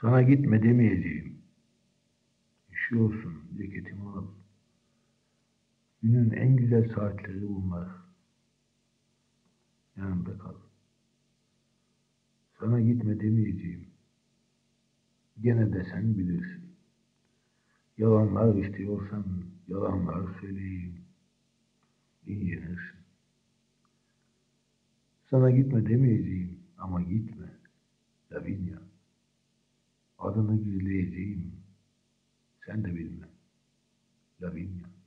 Sana gitme demeyeceğim. Üşüyorsun, ceketimi al. Günün en güzel saatleri bunlar. Yanımda kal. Sana gitme demeyeceğim. Gene de sen bilirsin. Yalanlar istiyorsan yalanlar söyleyeyim. İncinirsin. Sana gitme demeyeceğim ama gitme. Lavinia. Adını gizleyeceğim. Sen de bilme. Lavinia.